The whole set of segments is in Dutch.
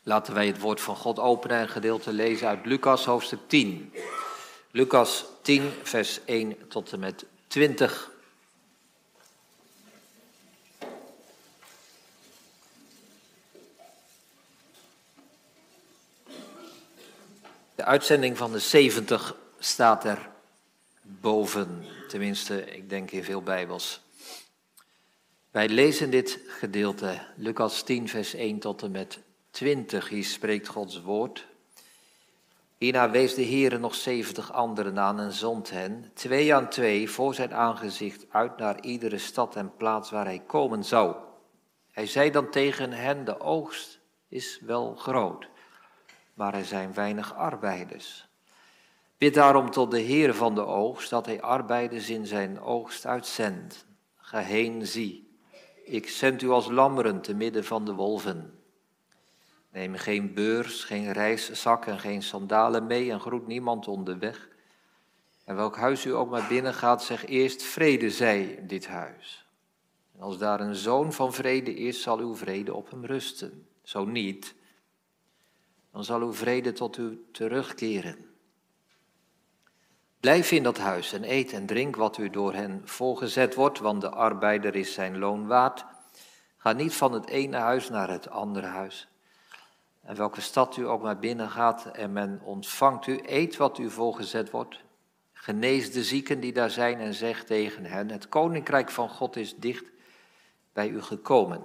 Laten wij het woord van God openen en gedeelte lezen uit Lucas hoofdstuk 10. Lucas 10 vers 1 tot en met 20. De uitzending van de 70 staat er boven, tenminste ik denk in veel Bijbels. Wij lezen dit gedeelte, Lucas 10 vers 1 tot en met 20, hier spreekt Gods woord. Hierna wees de Heere nog 70 anderen aan en zond hen, 2 aan 2, voor zijn aangezicht uit naar iedere stad en plaats waar hij komen zou. Hij zei dan tegen hen, de oogst is wel groot, maar er zijn weinig arbeiders. Bid daarom tot de Heere van de oogst, dat hij arbeiders in zijn oogst uitzendt. Ga heen, zie, ik zend u als lammeren te midden van de wolven. Neem geen beurs, geen reiszak en geen sandalen mee en groet niemand onderweg. En welk huis u ook maar binnengaat, zeg eerst vrede zij dit huis. En als daar een zoon van vrede is, zal uw vrede op hem rusten. Zo niet, dan zal uw vrede tot u terugkeren. Blijf in dat huis en eet en drink wat u door hen voorgezet wordt, want de arbeider is zijn loon waard. Ga niet van het ene huis naar het andere huis. En welke stad u ook maar binnengaat en men ontvangt u, eet wat u voorgezet wordt. Genees de zieken die daar zijn en zeg tegen hen, het koninkrijk van God is dicht bij u gekomen.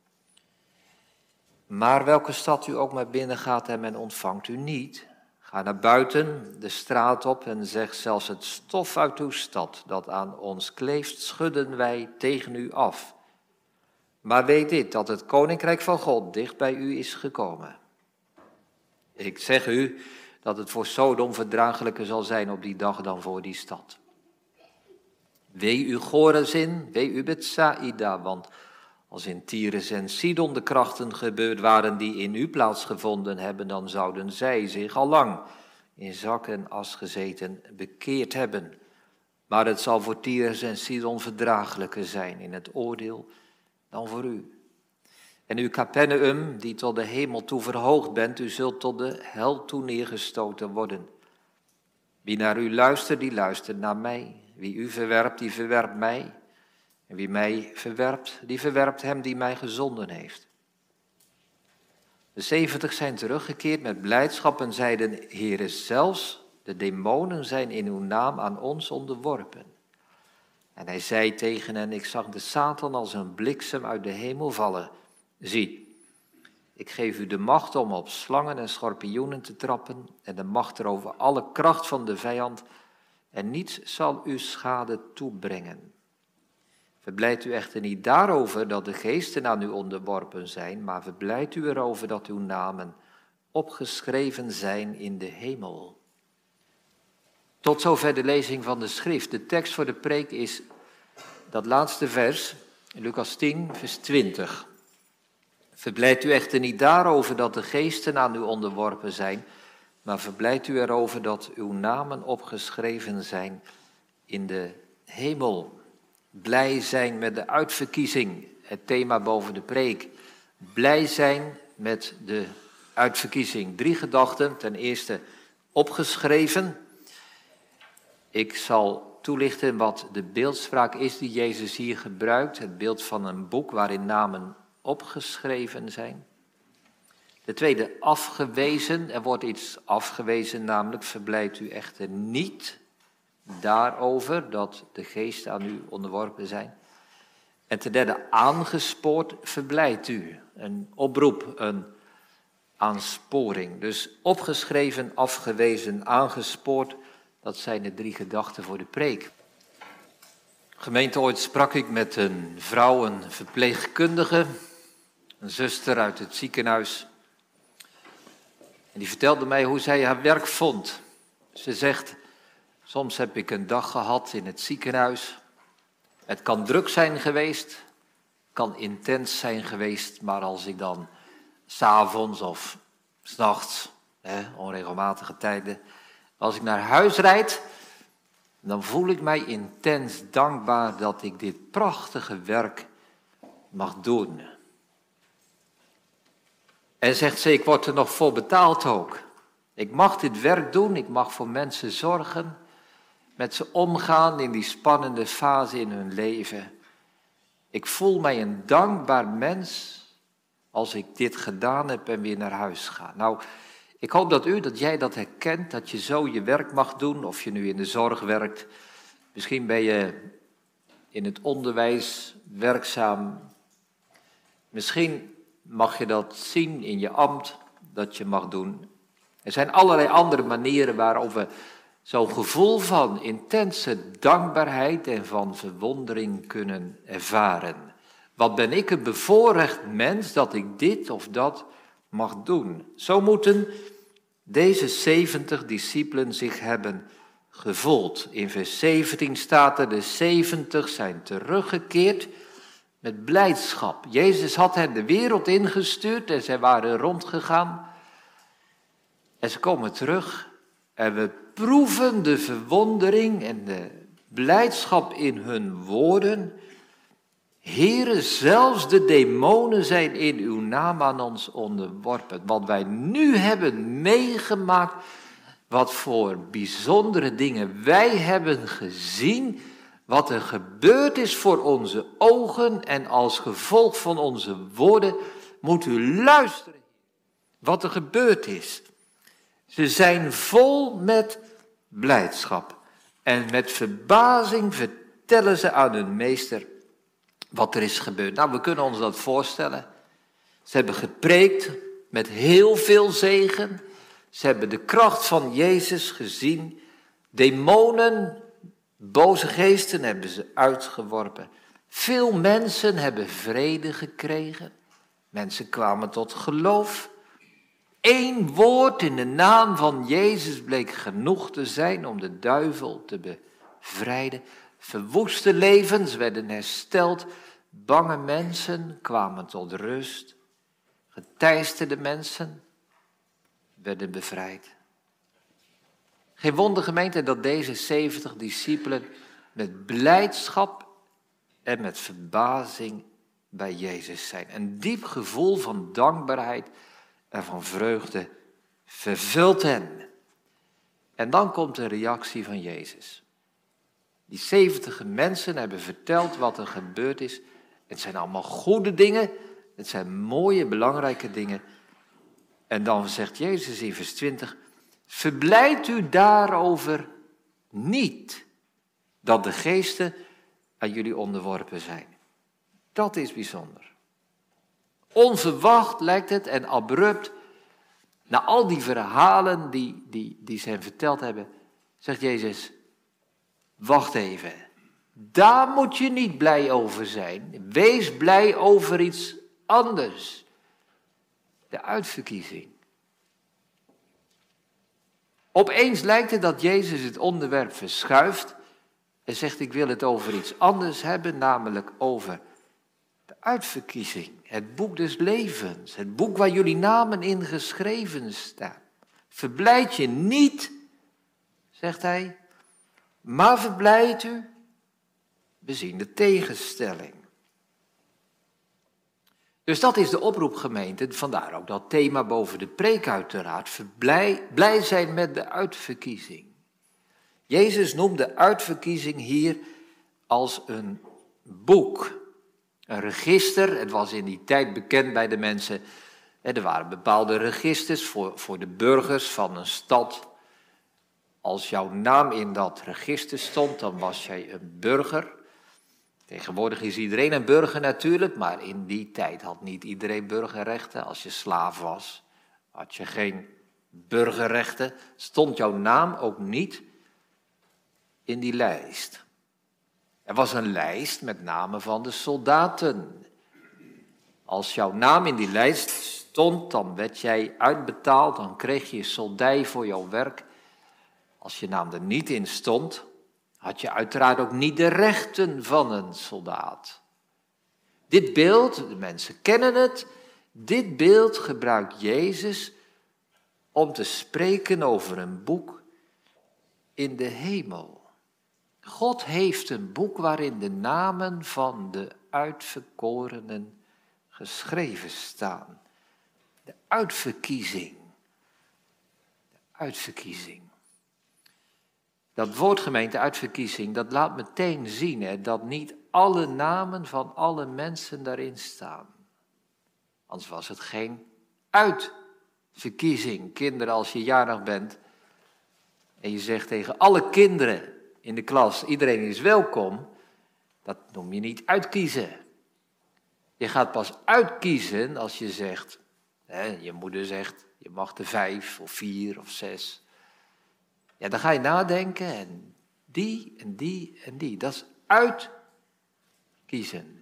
Maar welke stad u ook maar binnengaat en men ontvangt u niet, ga naar buiten de straat op en zeg zelfs het stof uit uw stad dat aan ons kleeft, schudden wij tegen u af. Maar weet dit, dat het koninkrijk van God dicht bij u is gekomen. Ik zeg u dat het voor Sodom verdraaglijker zal zijn op die dag dan voor die stad. Wee u Chorazin, wee u Betsaida, want als in Tyrus en Sidon de krachten gebeurd waren die in u plaatsgevonden hebben, dan zouden zij zich al lang in zak en as gezeten bekeerd hebben. Maar het zal voor Tyrus en Sidon verdraaglijker zijn in het oordeel dan voor u. En u Capernaum, die tot de hemel toe verhoogd bent, u zult tot de hel toe neergestoten worden. Wie naar u luistert, die luistert naar mij. Wie u verwerpt, die verwerpt mij. En wie mij verwerpt, die verwerpt hem die mij gezonden heeft. De 70 zijn teruggekeerd met blijdschap en zeiden, Heere, zelfs de demonen zijn in uw naam aan ons onderworpen. En hij zei tegen hen, ik zag de Satan als een bliksem uit de hemel vallen. Zie, ik geef u de macht om op slangen en schorpioenen te trappen en de macht erover alle kracht van de vijand en niets zal u schade toebrengen. Verblijdt u echter niet daarover dat de geesten aan u onderworpen zijn, maar verblijdt u erover dat uw namen opgeschreven zijn in de hemel. Tot zover de lezing van de schrift. De tekst voor de preek is dat laatste vers, Lucas 10, vers 20. Verblijdt u echter niet daarover dat de geesten aan u onderworpen zijn, maar verblijdt u erover dat uw namen opgeschreven zijn in de hemel. Blij zijn met de uitverkiezing, het thema boven de preek. Blij zijn met de uitverkiezing. 3 gedachten. Ten eerste opgeschreven. Ik zal toelichten wat de beeldspraak is die Jezus hier gebruikt. Het beeld van een boek waarin namen opgeschreven zijn. De tweede, afgewezen. Er wordt iets afgewezen, namelijk verblijdt u echter niet daarover dat de geesten aan u onderworpen zijn. En ten derde, aangespoord, verblijdt u. Een oproep, een aansporing. Dus opgeschreven, afgewezen, aangespoord, dat zijn de 3 gedachten voor de preek. Gemeente, ooit sprak ik met een vrouw, een verpleegkundige, een zuster uit het ziekenhuis. En die vertelde mij hoe zij haar werk vond. Ze zegt, soms heb ik een dag gehad in het ziekenhuis. Het kan druk zijn geweest, kan intens zijn geweest, maar als ik dan 's avonds of 's nachts, onregelmatige tijden, als ik naar huis rijd, dan voel ik mij intens dankbaar dat ik dit prachtige werk mag doen. En zegt ze, ik word er nog voor betaald ook. Ik mag dit werk doen, ik mag voor mensen zorgen, met ze omgaan in die spannende fase in hun leven. Ik voel mij een dankbaar mens als ik dit gedaan heb en weer naar huis ga. Nou, ik hoop dat jij dat herkent, dat je zo je werk mag doen, of je nu in de zorg werkt. Misschien ben je in het onderwijs werkzaam. Misschien mag je dat zien in je ambt, dat je mag doen. Er zijn allerlei andere manieren waarop we zo'n gevoel van intense dankbaarheid en van verwondering kunnen ervaren. Wat ben ik een bevoorrecht mens dat ik dit of dat mag doen. Zo moeten deze 70 discipelen zich hebben gevoeld. In vers 17 staat er, de 70 zijn teruggekeerd met blijdschap. Jezus had hen de wereld ingestuurd en zij waren rondgegaan. En ze komen terug en we proeven de verwondering en de blijdschap in hun woorden. Heere, zelfs de demonen zijn in uw naam aan ons onderworpen. Wat wij nu hebben meegemaakt, wat voor bijzondere dingen wij hebben gezien, wat er gebeurd is voor onze ogen en als gevolg van onze woorden, moet u luisteren wat er gebeurd is. Ze zijn vol met blijdschap en met verbazing vertellen ze aan hun meester wat er is gebeurd. Nou, we kunnen ons dat voorstellen. Ze hebben gepreekt met heel veel zegen. Ze hebben de kracht van Jezus gezien. Demonen, boze geesten hebben ze uitgeworpen. Veel mensen hebben vrede gekregen. Mensen kwamen tot geloof. 1 woord in de naam van Jezus bleek genoeg te zijn om de duivel te bevrijden. Verwoeste levens werden hersteld. Bange mensen kwamen tot rust. Geteisterde mensen werden bevrijd. Geen wonder, gemeente, dat deze 70 discipelen met blijdschap en met verbazing bij Jezus zijn. Een diep gevoel van dankbaarheid en van vreugde vervult hen. En dan komt de reactie van Jezus. Die 70 mensen hebben verteld wat er gebeurd is. Het zijn allemaal goede dingen. Het zijn mooie, belangrijke dingen. En dan zegt Jezus in vers 20, verblijd u daarover niet dat de geesten aan jullie onderworpen zijn. Dat is bijzonder. Onverwacht lijkt het en abrupt, na al die verhalen die ze hem verteld hebben, zegt Jezus, wacht even, daar moet je niet blij over zijn. Wees blij over iets anders. De uitverkiezing. Opeens lijkt het dat Jezus het onderwerp verschuift en zegt, ik wil het over iets anders hebben, namelijk over de uitverkiezing. Het boek des levens, het boek waar jullie namen in geschreven staan. Verblijd je niet, zegt hij, maar verblijd u. We zien de tegenstelling. Dus dat is de oproep, gemeente. Vandaar ook dat thema boven de preek uiteraard. Blij zijn met de uitverkiezing. Jezus noemt de uitverkiezing hier als een boek. Een register. Het was in die tijd bekend bij de mensen. Er waren bepaalde registers voor de burgers van een stad. Als jouw naam in dat register stond, dan was jij een burger. Tegenwoordig is iedereen een burger natuurlijk, maar in die tijd had niet iedereen burgerrechten. Als je slaaf was, had je geen burgerrechten. Stond jouw naam ook niet in die lijst. Er was een lijst met namen van de soldaten. Als jouw naam in die lijst stond, dan werd jij uitbetaald, dan kreeg je soldij voor jouw werk. Als je naam er niet in stond, had je uiteraard ook niet de rechten van een soldaat. Dit beeld, de mensen kennen het, dit beeld gebruikt Jezus om te spreken over een boek in de hemel. God heeft een boek waarin de namen van de uitverkorenen geschreven staan. De uitverkiezing. Uitverkiezing. Dat woord gemeente, uitverkiezing, dat laat meteen zien dat niet alle namen van alle mensen daarin staan. Anders was het geen uitverkiezing. Kinderen, als je jarig bent en je zegt tegen alle kinderen in de klas, iedereen is welkom, dat noem je niet uitkiezen. Je gaat pas uitkiezen als je zegt, je moeder zegt, je mag er 5 of 4 of 6. Ja, dan ga je nadenken en die en die en die. Dat is uitkiezen.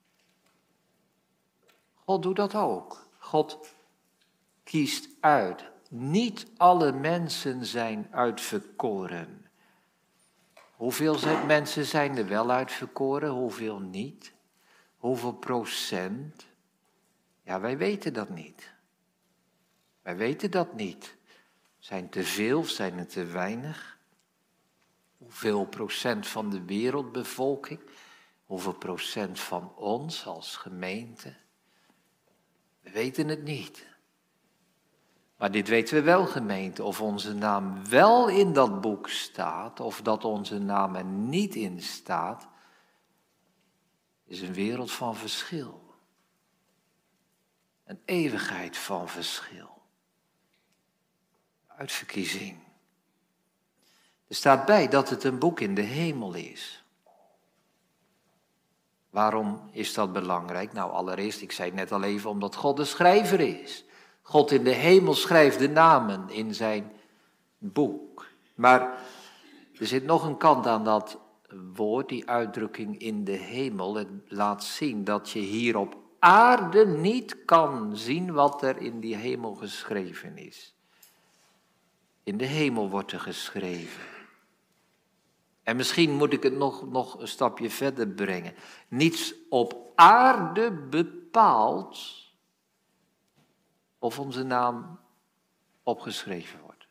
God doet dat ook. God kiest uit. Niet alle mensen zijn uitverkoren. Hoeveel mensen zijn er wel uitverkoren, hoeveel niet? Hoeveel procent? Ja, wij weten dat niet. Wij weten dat niet. Zijn te veel of zijn er te weinig? Hoeveel procent van de wereldbevolking? Hoeveel procent van ons als gemeente? We weten het niet. Maar dit weten we wel, gemeente, of onze naam wel in dat boek staat, of dat onze naam er niet in staat, is een wereld van verschil. Een eeuwigheid van verschil. Uitverkiezing. Er staat bij dat het een boek in de hemel is. Waarom is dat belangrijk? Nou, allereerst, ik zei het net al even, omdat God de schrijver is. God in de hemel schrijft de namen in zijn boek. Maar er zit nog een kant aan dat woord, die uitdrukking in de hemel. Het laat zien dat je hier op aarde niet kan zien wat er in die hemel geschreven is. In de hemel wordt er geschreven. En misschien moet ik het nog een stapje verder brengen. Niets op aarde bepaalt of onze naam opgeschreven wordt.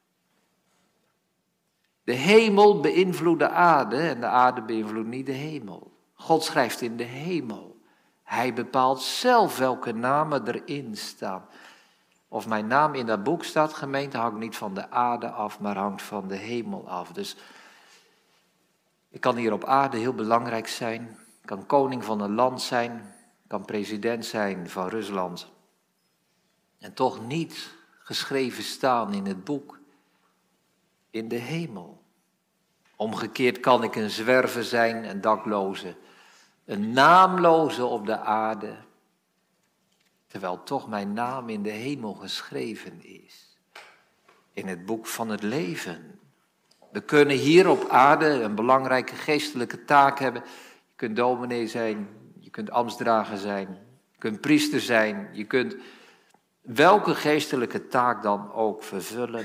De hemel beïnvloedt de aarde en de aarde beïnvloedt niet de hemel. God schrijft in de hemel. Hij bepaalt zelf welke namen erin staan. Of mijn naam in dat boek staat, gemeente, hangt niet van de aarde af, maar hangt van de hemel af. Dus ik kan hier op aarde heel belangrijk zijn. Ik kan koning van een land zijn. Ik kan president zijn van Rusland. En toch niet geschreven staan in het boek in de hemel. Omgekeerd kan ik een zwerver zijn, een dakloze, een naamloze op de aarde, terwijl toch mijn naam in de hemel geschreven is. In het boek van het leven. We kunnen hier op aarde een belangrijke geestelijke taak hebben. Je kunt dominee zijn, je kunt ambtsdrager zijn, je kunt priester zijn, je kunt welke geestelijke taak dan ook vervullen.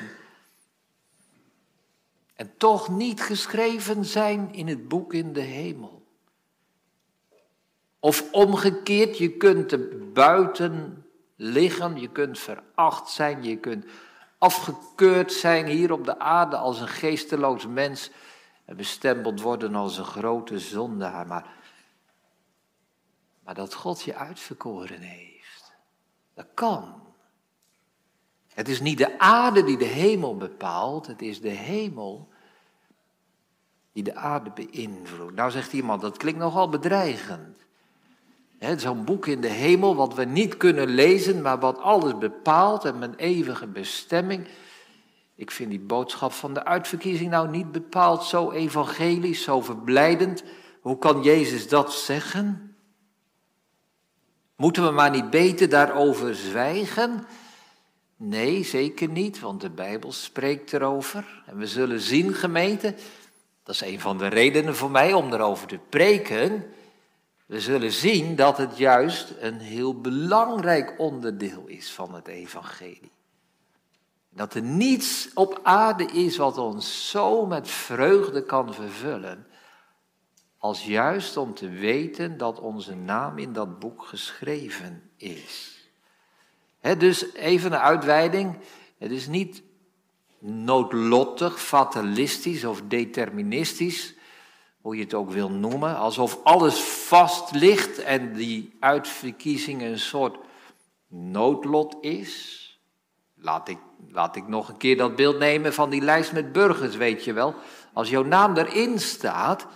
En toch niet geschreven zijn in het boek in de hemel. Of omgekeerd, je kunt er buiten liggen, je kunt veracht zijn, je kunt afgekeurd zijn hier op de aarde als een geesteloos mens en bestempeld worden als een grote zondaar. Maar dat God je uitverkoren heeft, dat kan. Het is niet de aarde die de hemel bepaalt, het is de hemel die de aarde beïnvloedt. Nou zegt iemand, dat klinkt nogal bedreigend. Zo'n boek in de hemel wat we niet kunnen lezen, maar wat alles bepaalt en mijn eeuwige bestemming. Ik vind die boodschap van de uitverkiezing nou niet bepaald zo evangelisch, zo verblijdend. Hoe kan Jezus dat zeggen? Moeten we maar niet beter daarover zwijgen? Nee, zeker niet, want de Bijbel spreekt erover. En we zullen zien, gemeente, dat is een van de redenen voor mij om erover te preken. We zullen zien dat het juist een heel belangrijk onderdeel is van het evangelie. Dat er niets op aarde is wat ons zo met vreugde kan vervullen, als juist om te weten dat onze naam in dat boek geschreven is. Dus even een uitweiding. Het is niet noodlottig, fatalistisch of deterministisch, hoe je het ook wil noemen, alsof alles vast ligt en die uitverkiezing een soort noodlot is. laat ik nog een keer dat beeld nemen van die lijst met burgers, weet je wel. Als jouw naam erin staat,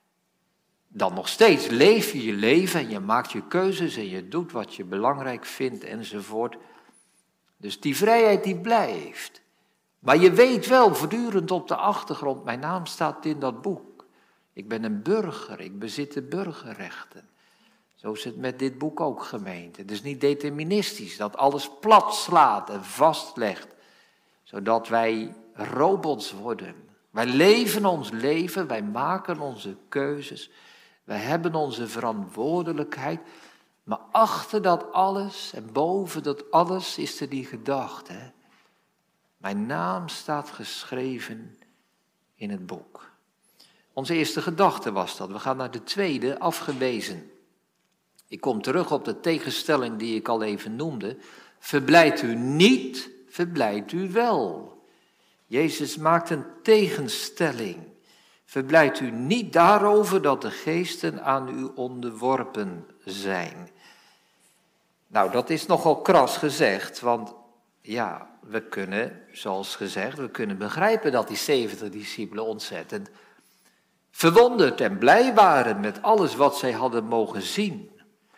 dan nog steeds leef je je leven en je maakt je keuzes en je doet wat je belangrijk vindt enzovoort. Dus die vrijheid die blijft. Maar je weet wel voortdurend op de achtergrond, mijn naam staat in dat boek. Ik ben een burger, ik bezit de burgerrechten. Zo is het met dit boek ook, gemeente. Het is niet deterministisch, dat alles plat slaat en vastlegt, zodat wij robots worden. Wij leven ons leven, wij maken onze keuzes, wij hebben onze verantwoordelijkheid. Maar achter dat alles en boven dat alles is er die gedachte. Mijn naam staat geschreven in het boek. Onze eerste gedachte was dat. We gaan naar de tweede, afgewezen. Ik kom terug op de tegenstelling die ik al even noemde. Verblijdt u niet, verblijdt u wel. Jezus maakt een tegenstelling. Verblijdt u niet daarover dat de geesten aan u onderworpen zijn. Nou, dat is nogal kras gezegd, want ja, we kunnen, zoals gezegd, we kunnen begrijpen dat die 70 discipelen ontzettend verwonderd en blij waren met alles wat zij hadden mogen zien.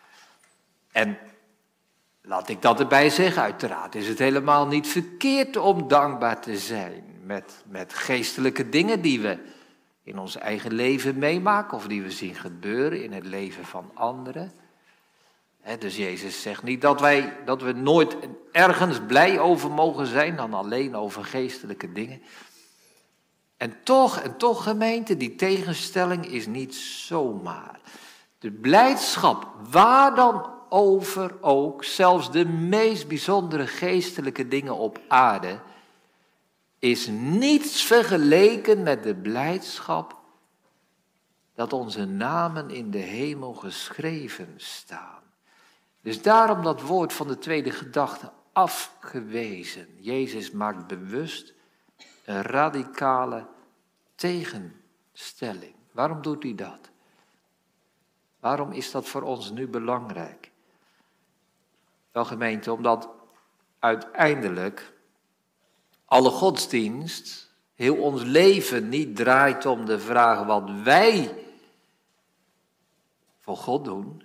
En laat ik dat erbij zeggen, uiteraard is het helemaal niet verkeerd om dankbaar te zijn met geestelijke dingen die we in ons eigen leven meemaken of die we zien gebeuren in het leven van anderen. Dus Jezus zegt niet dat we nooit ergens blij over mogen zijn dan alleen over geestelijke dingen. En toch gemeente, die tegenstelling is niet zomaar. De blijdschap, waar dan over ook, zelfs de meest bijzondere geestelijke dingen op aarde, is niets vergeleken met de blijdschap dat onze namen in de hemel geschreven staan. Dus daarom dat woord van de tweede gedachte, afgewezen. Jezus maakt bewust een radicale tegenstelling. Waarom doet hij dat? Waarom is dat voor ons nu belangrijk? Wel gemeente, omdat uiteindelijk alle godsdienst, heel ons leven niet draait om de vraag wat wij voor God doen,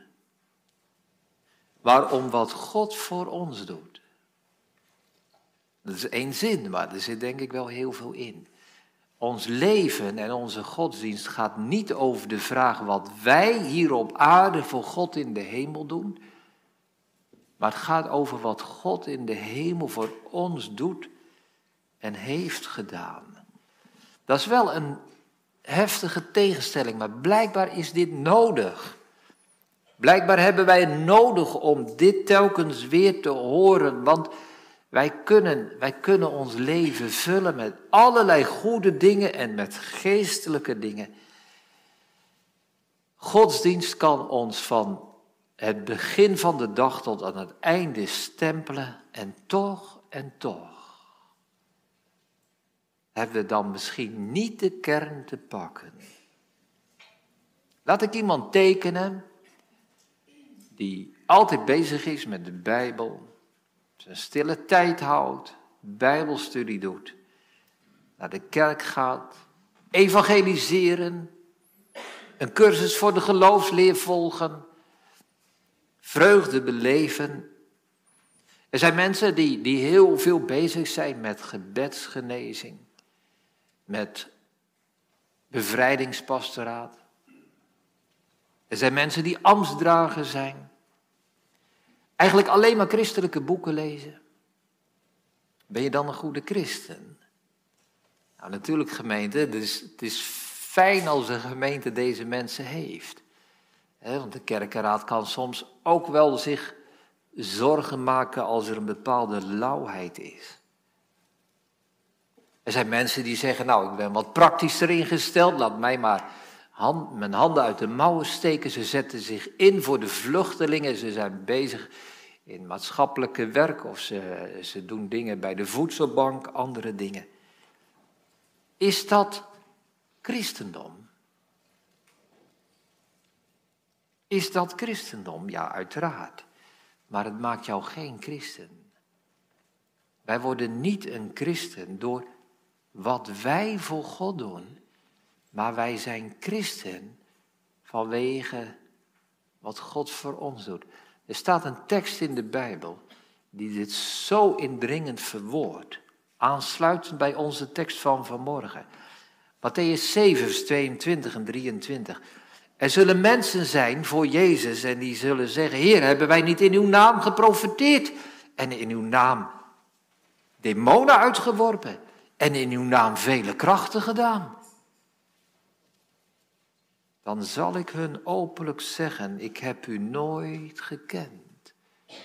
maar om wat God voor ons doet. Dat is één zin, maar er zit denk ik wel heel veel in. Ons leven en onze godsdienst gaat niet over de vraag wat wij hier op aarde voor God in de hemel doen, maar het gaat over wat God in de hemel voor ons doet en heeft gedaan. Dat is wel een heftige tegenstelling, maar blijkbaar is dit nodig. Blijkbaar hebben wij het nodig om dit telkens weer te horen, want wij kunnen ons leven vullen met allerlei goede dingen en met geestelijke dingen. Godsdienst kan ons van het begin van de dag tot aan het einde stempelen en toch hebben we dan misschien niet de kern te pakken. Laat ik iemand tekenen die altijd bezig is met de Bijbel, zijn stille tijd houdt, Bijbelstudie doet, naar de kerk gaat, evangeliseren, een cursus voor de geloofsleer volgen, vreugde beleven. Er zijn mensen die heel veel bezig zijn met gebedsgenezing, met bevrijdingspastoraat. Er zijn mensen die ambtsdrager zijn. Eigenlijk alleen maar christelijke boeken lezen. Ben je dan een goede christen? Nou, natuurlijk gemeente, het is fijn als een gemeente deze mensen heeft. Want de kerkenraad kan soms ook wel zich zorgen maken als er een bepaalde lauwheid is. Er zijn mensen die zeggen, nou, ik ben wat praktischer ingesteld, laat mij maar mijn handen uit de mouwen steken. Ze zetten zich in voor de vluchtelingen, ze zijn bezig in maatschappelijke werk of ze doen dingen bij de voedselbank, andere dingen. Is dat christendom? Is dat christendom? Ja, uiteraard. Maar het maakt jou geen christen. Wij worden niet een christen door wat wij voor God doen, maar wij zijn christen vanwege wat God voor ons doet. Er staat een tekst in de Bijbel die dit zo indringend verwoordt, aansluitend bij onze tekst van vanmorgen. Mattheüs 7, vers 22 en 23. Er zullen mensen zijn voor Jezus en die zullen zeggen: Heer, hebben wij niet in uw naam geprofeteerd en in uw naam demonen uitgeworpen en in uw naam vele krachten gedaan? Dan zal ik hun openlijk zeggen: ik heb u nooit gekend.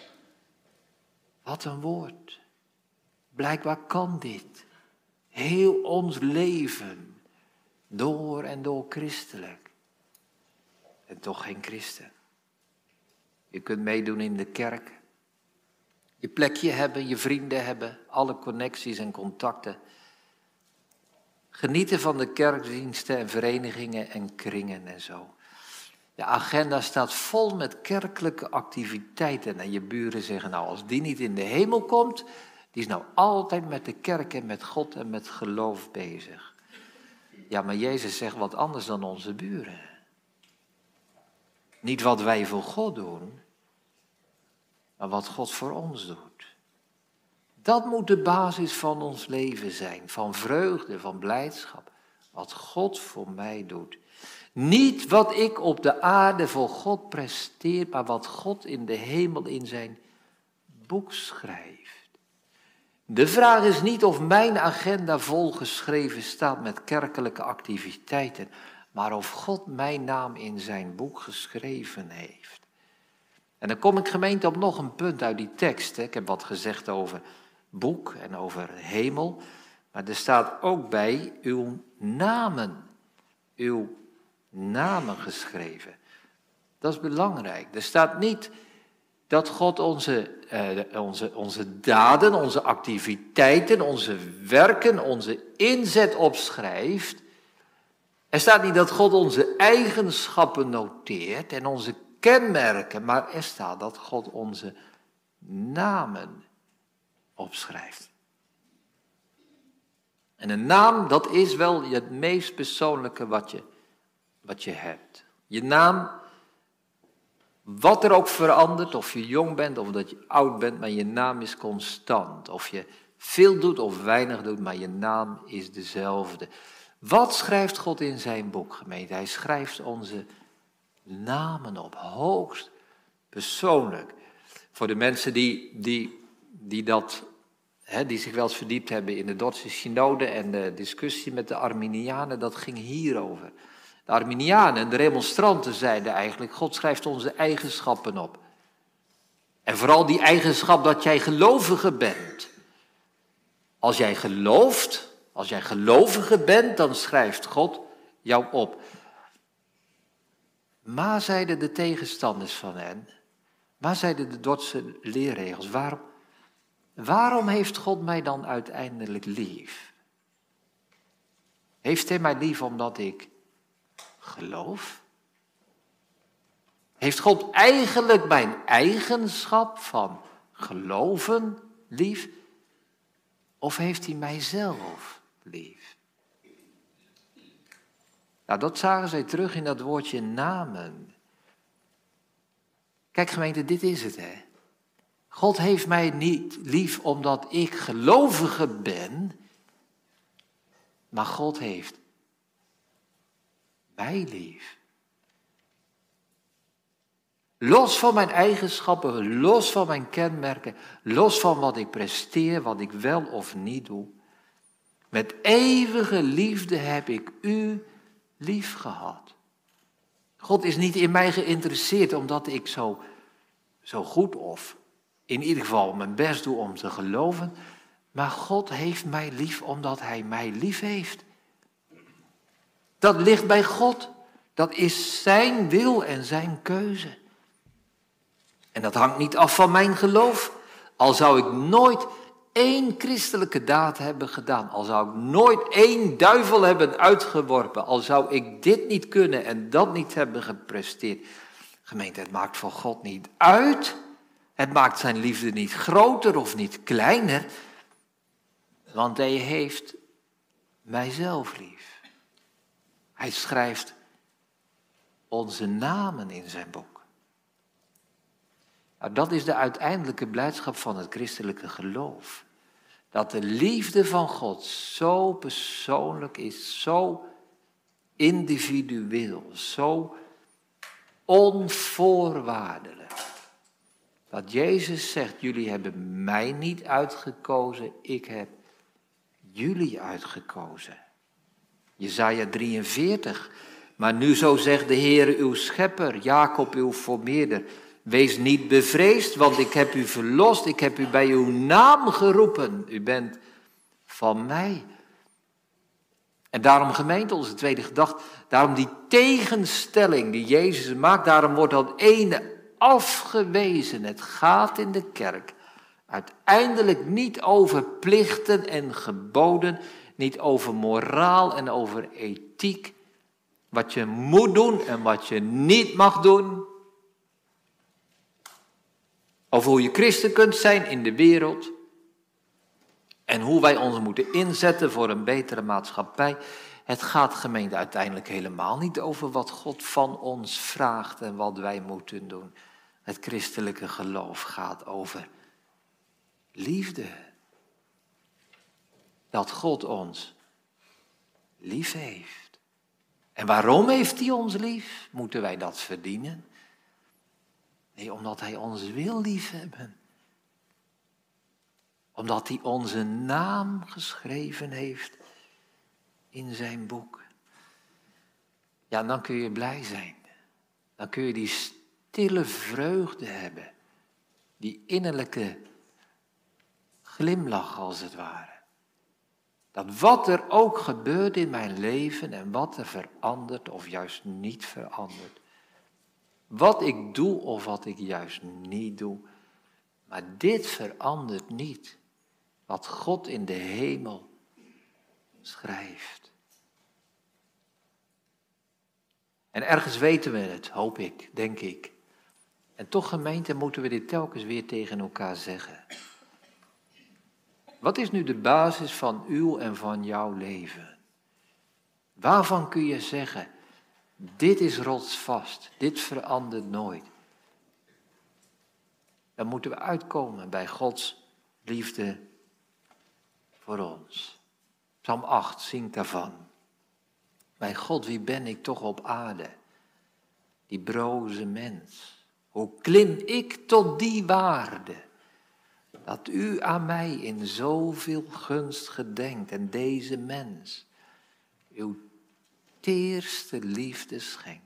Wat een woord. Blijkbaar kan dit. Heel ons leven door en door christelijk. En toch geen christen. Je kunt meedoen in de kerk. Je plekje hebben, je vrienden hebben, alle connecties en contacten. Genieten van de kerkdiensten en verenigingen en kringen en zo. De agenda staat vol met kerkelijke activiteiten. En je buren zeggen: nou, als die niet in de hemel komt, die is nou altijd met de kerk en met God en met geloof bezig. Ja, maar Jezus zegt wat anders dan onze buren. Niet wat wij voor God doen, maar wat God voor ons doet. Dat moet de basis van ons leven zijn, van vreugde, van blijdschap. Wat God voor mij doet. Niet wat ik op de aarde voor God presteer, maar wat God in de hemel in zijn boek schrijft. De vraag is niet of mijn agenda volgeschreven staat met kerkelijke activiteiten, maar of God mijn naam in zijn boek geschreven heeft. En dan kom ik, gemeente, op nog een punt uit die tekst. Ik heb wat gezegd over boek en over hemel, maar er staat ook bij uw namen. Uw namen geschreven. Dat is belangrijk. Er staat niet dat God onze daden, onze activiteiten, onze werken, onze inzet opschrijft. Er staat niet dat God onze eigenschappen noteert en onze kenmerken, maar er staat dat God onze namen opschrijft. En een naam, dat is wel het meest persoonlijke wat je hebt. Je naam, wat er ook verandert, of je jong bent of dat je oud bent, maar je naam is constant. Of je veel doet of weinig doet, maar je naam is dezelfde. Wat schrijft God in zijn boek, gemeente? Hij schrijft onze namen op, hoogst persoonlijk. Voor de mensen die zich wel eens verdiept hebben in de Dordtse synode en de discussie met de Arminianen, dat ging hierover. De Arminianen en de remonstranten zeiden eigenlijk: God schrijft onze eigenschappen op. En vooral die eigenschap dat jij gelovige bent. Als jij gelooft, als jij gelovige bent, dan schrijft God jou op. Maar zeiden de tegenstanders van hen, maar zeiden de Dordtse leerregels: waarom heeft God mij dan uiteindelijk lief? Heeft hij mij lief omdat ik geloof? Heeft God eigenlijk mijn eigenschap van geloven lief? Of heeft hij mijzelf lief? Nou, dat zagen zij terug in dat woordje namen. Kijk, gemeente, dit is het, hè. God heeft mij niet lief omdat ik gelovige ben, maar God heeft mij lief. Los van mijn eigenschappen, los van mijn kenmerken, los van wat ik presteer, wat ik wel of niet doe. Met eeuwige liefde heb ik u lief gehad. God is niet in mij geïnteresseerd omdat ik zo goed of in ieder geval mijn best doe om te geloven. Maar God heeft mij lief omdat hij mij lief heeft. Dat ligt bij God. Dat is zijn wil en zijn keuze. En dat hangt niet af van mijn geloof. Al zou ik nooit één christelijke daad hebben gedaan. Al zou ik nooit één duivel hebben uitgeworpen. Al zou ik dit niet kunnen en dat niet hebben gepresteerd. Gemeente, het maakt voor God niet uit. Het maakt zijn liefde niet groter of niet kleiner. Want hij heeft mijzelf lief. Hij schrijft onze namen in zijn boek. Nou, dat is de uiteindelijke blijdschap van het christelijke geloof. Dat de liefde van God zo persoonlijk is, zo individueel, zo onvoorwaardelijk. Dat Jezus zegt, jullie hebben mij niet uitgekozen, ik heb jullie uitgekozen. Jesaja 43. Maar nu zo zegt de Heere uw schepper, Jacob uw formeerder. Wees niet bevreesd, want ik heb u verlost, ik heb u bij uw naam geroepen. U bent van mij. En daarom gemeente, onze tweede gedachte, daarom die tegenstelling die Jezus maakt, daarom wordt dat ene afgewezen. Het gaat in de kerk uiteindelijk niet over plichten en geboden, niet over moraal en over ethiek, wat je moet doen en wat je niet mag doen. Over hoe je christen kunt zijn in de wereld en hoe wij ons moeten inzetten voor een betere maatschappij. Het gaat, gemeente, uiteindelijk helemaal niet over wat God van ons vraagt en wat wij moeten doen. Het christelijke geloof gaat over liefde. Dat God ons lief heeft. En waarom heeft hij ons lief? Moeten wij dat verdienen? Nee, omdat hij ons wil liefhebben. Omdat hij onze naam geschreven heeft in zijn boek. Ja, dan kun je blij zijn. Dan kun je die stille vreugde hebben. Die innerlijke glimlach als het ware. Dat wat er ook gebeurt in mijn leven en wat er verandert of juist niet verandert. Wat ik doe of wat ik juist niet doe. Maar dit verandert niet wat God in de hemel schrijft. En ergens weten we het, hoop ik, denk ik. En toch, gemeente, moeten we dit telkens weer tegen elkaar zeggen. Wat is nu de basis van uw en van jouw leven? Waarvan kun je zeggen, dit is rotsvast, dit verandert nooit. Dan moeten we uitkomen bij Gods liefde voor ons. Psalm 8 zingt daarvan. Mijn God, wie ben ik toch op aarde? Die broze mens. Hoe klim ik tot die waarde? Dat u aan mij in zoveel gunst gedenkt en deze mens uw teerste liefde schenkt.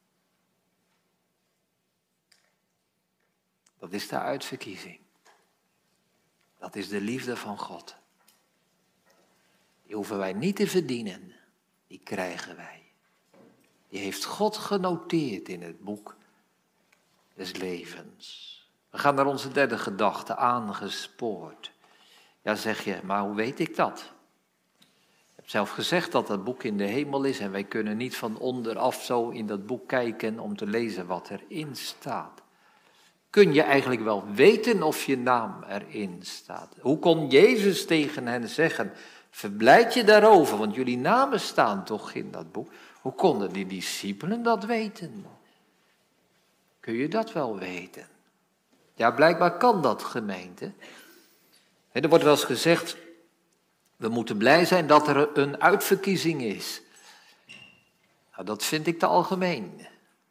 Dat is de uitverkiezing. Dat is de liefde van God. Die hoeven wij niet te verdienen, die krijgen wij. Die heeft God genoteerd in het boek des levens. We gaan naar onze derde gedachte, aangespoord. Ja, zeg je, maar hoe weet ik dat? Ik heb zelf gezegd dat dat boek in de hemel is en wij kunnen niet van onderaf zo in dat boek kijken om te lezen wat erin staat. Kun je eigenlijk wel weten of je naam erin staat? Hoe kon Jezus tegen hen zeggen, verblijd je daarover, want jullie namen staan toch in dat boek? Hoe konden die discipelen dat weten? Kun je dat wel weten? Ja, blijkbaar kan dat, gemeente. Er wordt wel eens gezegd, we moeten blij zijn dat er een uitverkiezing is. Nou, dat vind ik te algemeen.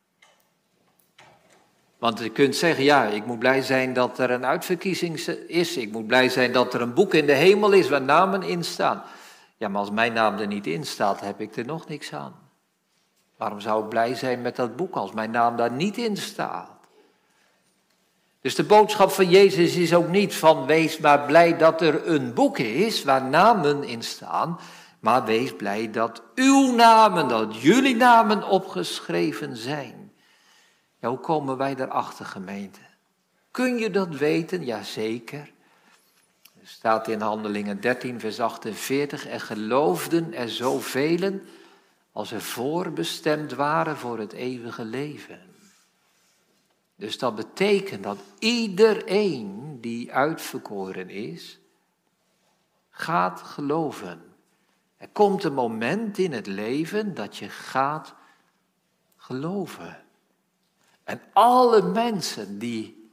Want je kunt zeggen, ja, ik moet blij zijn dat er een uitverkiezing is. Ik moet blij zijn dat er een boek in de hemel is waar namen in staan. Ja, maar als mijn naam er niet in staat, heb ik er nog niks aan. Waarom zou ik blij zijn met dat boek als mijn naam daar niet in staat? Dus de boodschap van Jezus is ook niet van wees maar blij dat er een boek is waar namen in staan. Maar wees blij dat uw namen, dat jullie namen opgeschreven zijn. Ja, hoe komen wij daarachter, gemeente? Kun je dat weten? Jazeker. Er staat in Handelingen 13 vers 48. Er geloofden er zoveel als er voorbestemd waren voor het eeuwige leven. Dus dat betekent dat iedereen die uitverkoren is, gaat geloven. Er komt een moment in het leven dat je gaat geloven. En alle mensen die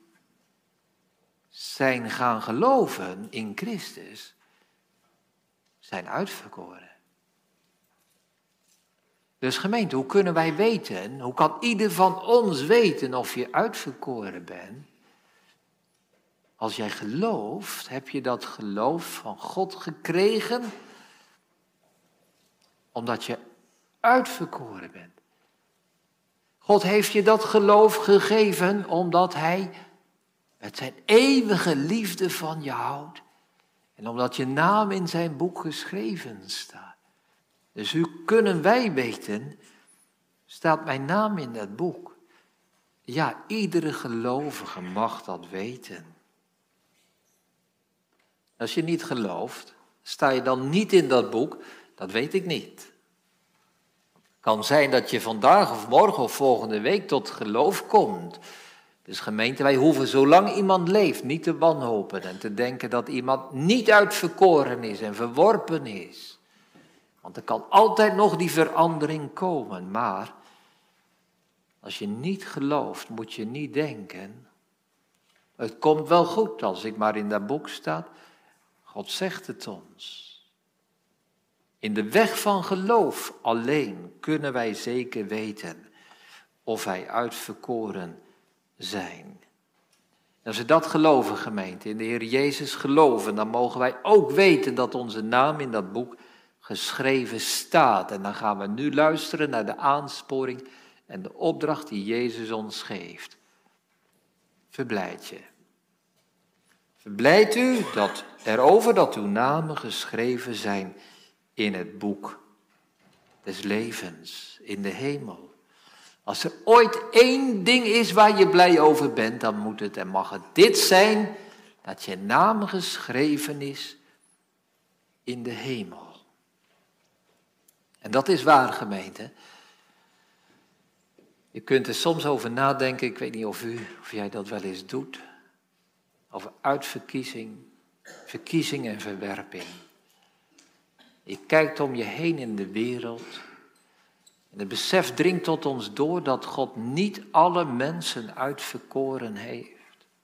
zijn gaan geloven in Christus, zijn uitverkoren. Dus gemeente, hoe kunnen wij weten, hoe kan ieder van ons weten of je uitverkoren bent? Als jij gelooft, heb je dat geloof van God gekregen, omdat je uitverkoren bent. God heeft je dat geloof gegeven, omdat Hij met zijn eeuwige liefde van je houdt. En omdat je naam in zijn boek geschreven staat. Dus hoe kunnen wij weten, staat mijn naam in dat boek? Ja, iedere gelovige mag dat weten. Als je niet gelooft, sta je dan niet in dat boek? Dat weet ik niet. Het kan zijn dat je vandaag of morgen of volgende week tot geloof komt. Dus gemeente, wij hoeven zolang iemand leeft niet te wanhopen en te denken dat iemand niet uitverkoren is en verworpen is. Want er kan altijd nog die verandering komen, maar als je niet gelooft, moet je niet denken, het komt wel goed als ik maar in dat boek sta. God zegt het ons. In de weg van geloof alleen kunnen wij zeker weten of wij uitverkoren zijn. En als we dat geloven, gemeente, in de Heer Jezus geloven, dan mogen wij ook weten dat onze naam in dat boek geschreven staat. En dan gaan we nu luisteren naar de aansporing en de opdracht die Jezus ons geeft. Verblijd je. Verblijd u erover dat uw namen geschreven zijn in het boek des levens, in de hemel. Als er ooit één ding is waar je blij over bent, dan moet het en mag het dit zijn, dat je naam geschreven is in de hemel. En dat is waar, gemeente. Je kunt er soms over nadenken, ik weet niet of jij dat wel eens doet, over uitverkiezing, verkiezing en verwerping. Je kijkt om je heen in de wereld en het besef dringt tot ons door dat God niet alle mensen uitverkoren heeft.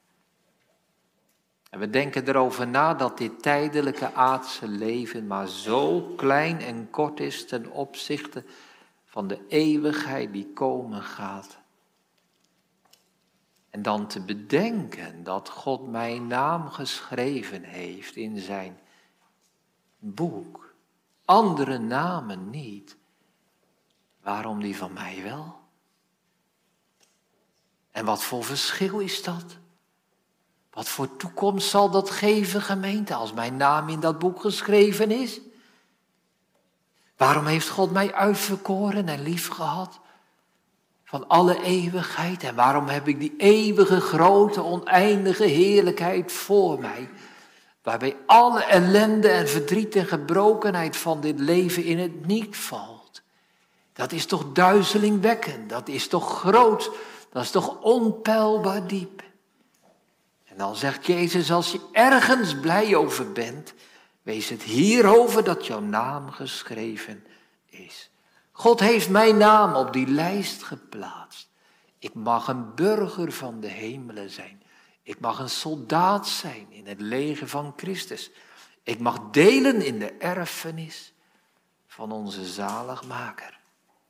En we denken erover na dat dit tijdelijke aardse leven maar zo klein en kort is ten opzichte van de eeuwigheid die komen gaat. En dan te bedenken dat God mijn naam geschreven heeft in zijn boek. Andere namen niet. Waarom die van mij wel? En wat voor verschil is dat? Wat voor toekomst zal dat geven, gemeente, als mijn naam in dat boek geschreven is? Waarom heeft God mij uitverkoren en lief gehad? Van alle eeuwigheid. En waarom heb ik die eeuwige, grote, oneindige heerlijkheid voor mij? Waarbij alle ellende en verdriet en gebrokenheid van dit leven in het niet valt. Dat is toch duizelingwekkend, dat is toch groot, dat is toch onpeilbaar diep. En dan zegt Jezus, als je ergens blij over bent, wees het hierover dat jouw naam geschreven is. God heeft mijn naam op die lijst geplaatst. Ik mag een burger van de hemelen zijn. Ik mag een soldaat zijn in het leger van Christus. Ik mag delen in de erfenis van onze zaligmaker.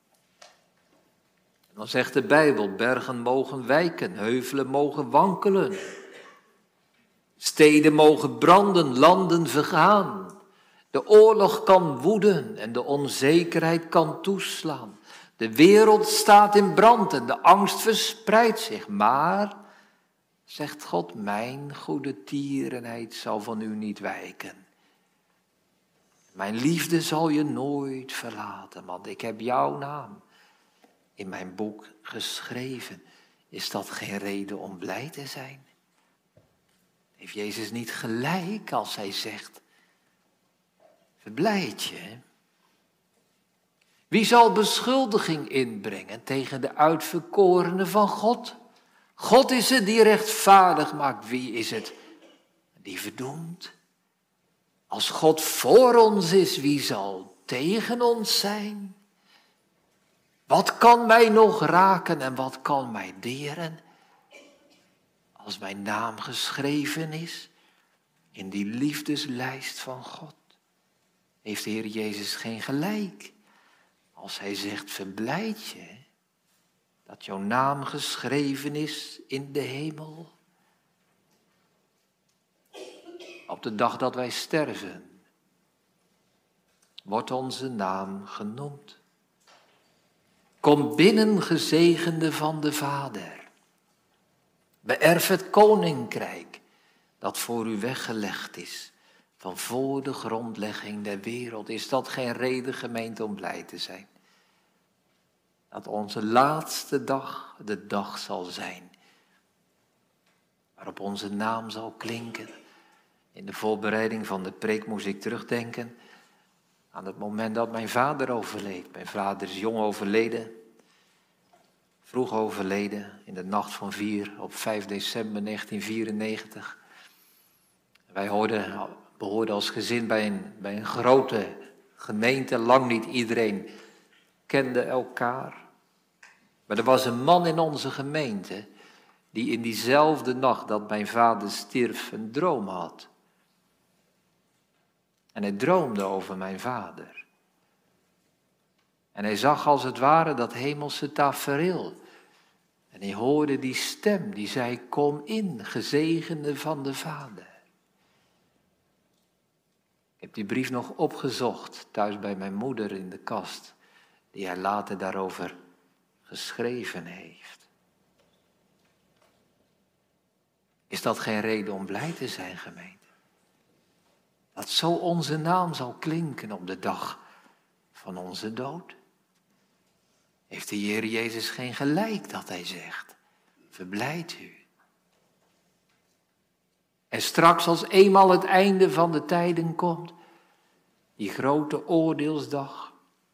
En dan zegt de Bijbel, bergen mogen wijken, heuvelen mogen wankelen. Steden mogen branden, landen vergaan. De oorlog kan woeden en de onzekerheid kan toeslaan. De wereld staat in brand en de angst verspreidt zich. Maar, zegt God, mijn goede tierenheid zal van u niet wijken. Mijn liefde zal je nooit verlaten, want ik heb jouw naam in mijn boek geschreven. Is dat geen reden om blij te zijn? Heeft Jezus niet gelijk als hij zegt, verblijd je. Wie zal beschuldiging inbrengen tegen de uitverkorenen van God? God is het die rechtvaardig maakt. Wie is het die verdoemt? Als God voor ons is, wie zal tegen ons zijn? Wat kan mij nog raken en wat kan mij deren? Als mijn naam geschreven is in die liefdeslijst van God, heeft de Heer Jezus geen gelijk. Als hij zegt, verblijd je dat jouw naam geschreven is in de hemel. Op de dag dat wij sterven, wordt onze naam genoemd. Kom binnen, gezegende van de Vader. Beërf het koninkrijk dat voor u weggelegd is, van voor de grondlegging der wereld. Is dat geen reden, gemeente, om blij te zijn? Dat onze laatste dag de dag zal zijn waarop onze naam zal klinken. In de voorbereiding van de preek moest ik terugdenken aan het moment dat mijn vader overleed. Mijn vader is jong overleden, vroeg overleden, in de nacht van 4 op 5 december 1994. Wij behoorden als gezin bij een grote gemeente. Lang niet iedereen kende elkaar. Maar er was een man in onze gemeente die in diezelfde nacht dat mijn vader stierf een droom had. En hij droomde over mijn vader. En hij zag als het ware dat hemelse tafereel. En hij hoorde die stem die zei, kom in, gezegende van de Vader. Ik heb die brief nog opgezocht, thuis bij mijn moeder in de kast, die hij later daarover geschreven heeft. Is dat geen reden om blij te zijn, gemeente? Dat zo onze naam zal klinken op de dag van onze dood? Heeft de Heer Jezus geen gelijk dat hij zegt, verblijd u. En straks als eenmaal het einde van de tijden komt, die grote oordeelsdag.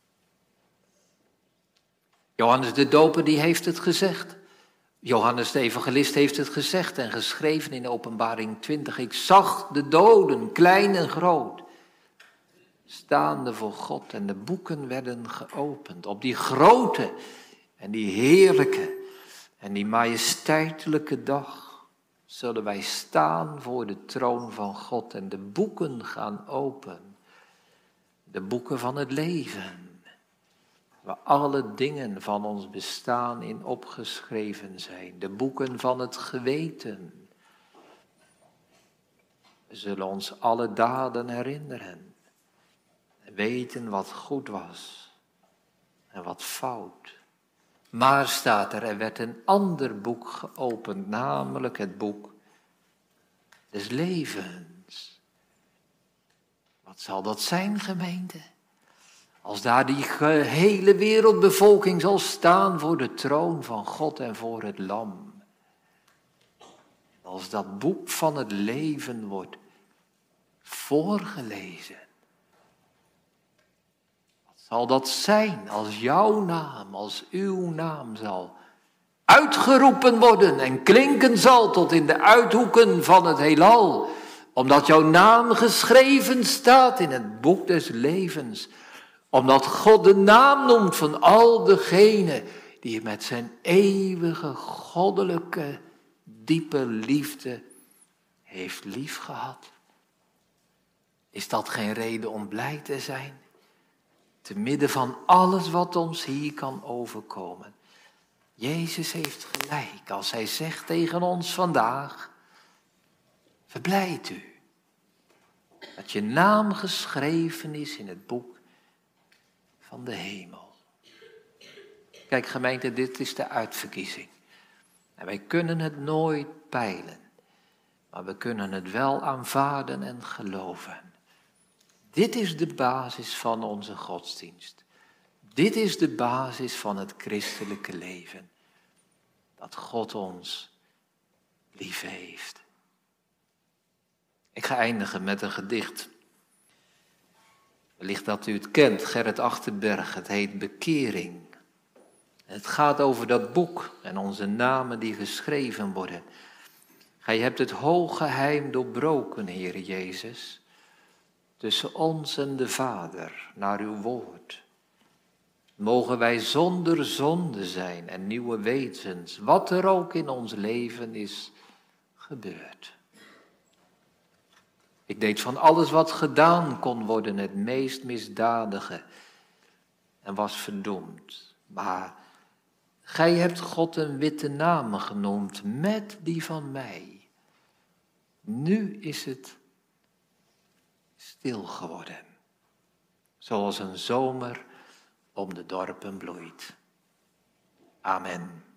Johannes de Doper die heeft het gezegd. Johannes de Evangelist heeft het gezegd en geschreven in Openbaring 20. Ik zag de doden, klein en groot, staande voor God en de boeken werden geopend. Op die grote en die heerlijke en die majesteitelijke dag zullen wij staan voor de troon van God en de boeken gaan open. De boeken van het leven, waar alle dingen van ons bestaan in opgeschreven zijn. De boeken van het geweten. We zullen ons alle daden herinneren. En weten wat goed was en wat fout. Maar staat er werd een ander boek geopend, namelijk het boek des levens. Wat zal dat zijn, gemeente? Als daar die gehele wereldbevolking zal staan voor de troon van God en voor het lam. Als dat boek van het leven wordt voorgelezen. Wat zal dat zijn als jouw naam, als uw naam zal uitgeroepen worden en klinken zal tot in de uithoeken van het heelal. Omdat jouw naam geschreven staat in het boek des levens. Omdat God de naam noemt van al degenen die met zijn eeuwige, goddelijke, diepe liefde heeft liefgehad. Is dat geen reden om blij te zijn? Te midden van alles wat ons hier kan overkomen. Jezus heeft gelijk als hij zegt tegen ons vandaag, verblijd u. Dat je naam geschreven is in het boek van de hemel. Kijk gemeente, dit is de uitverkiezing. En wij kunnen het nooit peilen. Maar we kunnen het wel aanvaarden en geloven. Dit is de basis van onze godsdienst. Dit is de basis van het christelijke leven. Dat God ons lief heeft. Ik ga eindigen met een gedicht. Wellicht dat u het kent, Gerrit Achterberg. Het heet Bekering. Het gaat over dat boek en onze namen die geschreven worden. Gij hebt het hooggeheim doorbroken, Heere Jezus. tussen ons en de Vader, naar uw woord. Mogen wij zonder zonde zijn en nieuwe wezens, wat er ook in ons leven is gebeurd. Ik deed van alles wat gedaan kon worden het meest misdadige en was verdoemd. Maar gij hebt God een witte naam genoemd met die van mij. Nu is het stil geworden, zoals een zomer om de dorpen bloeit. Amen.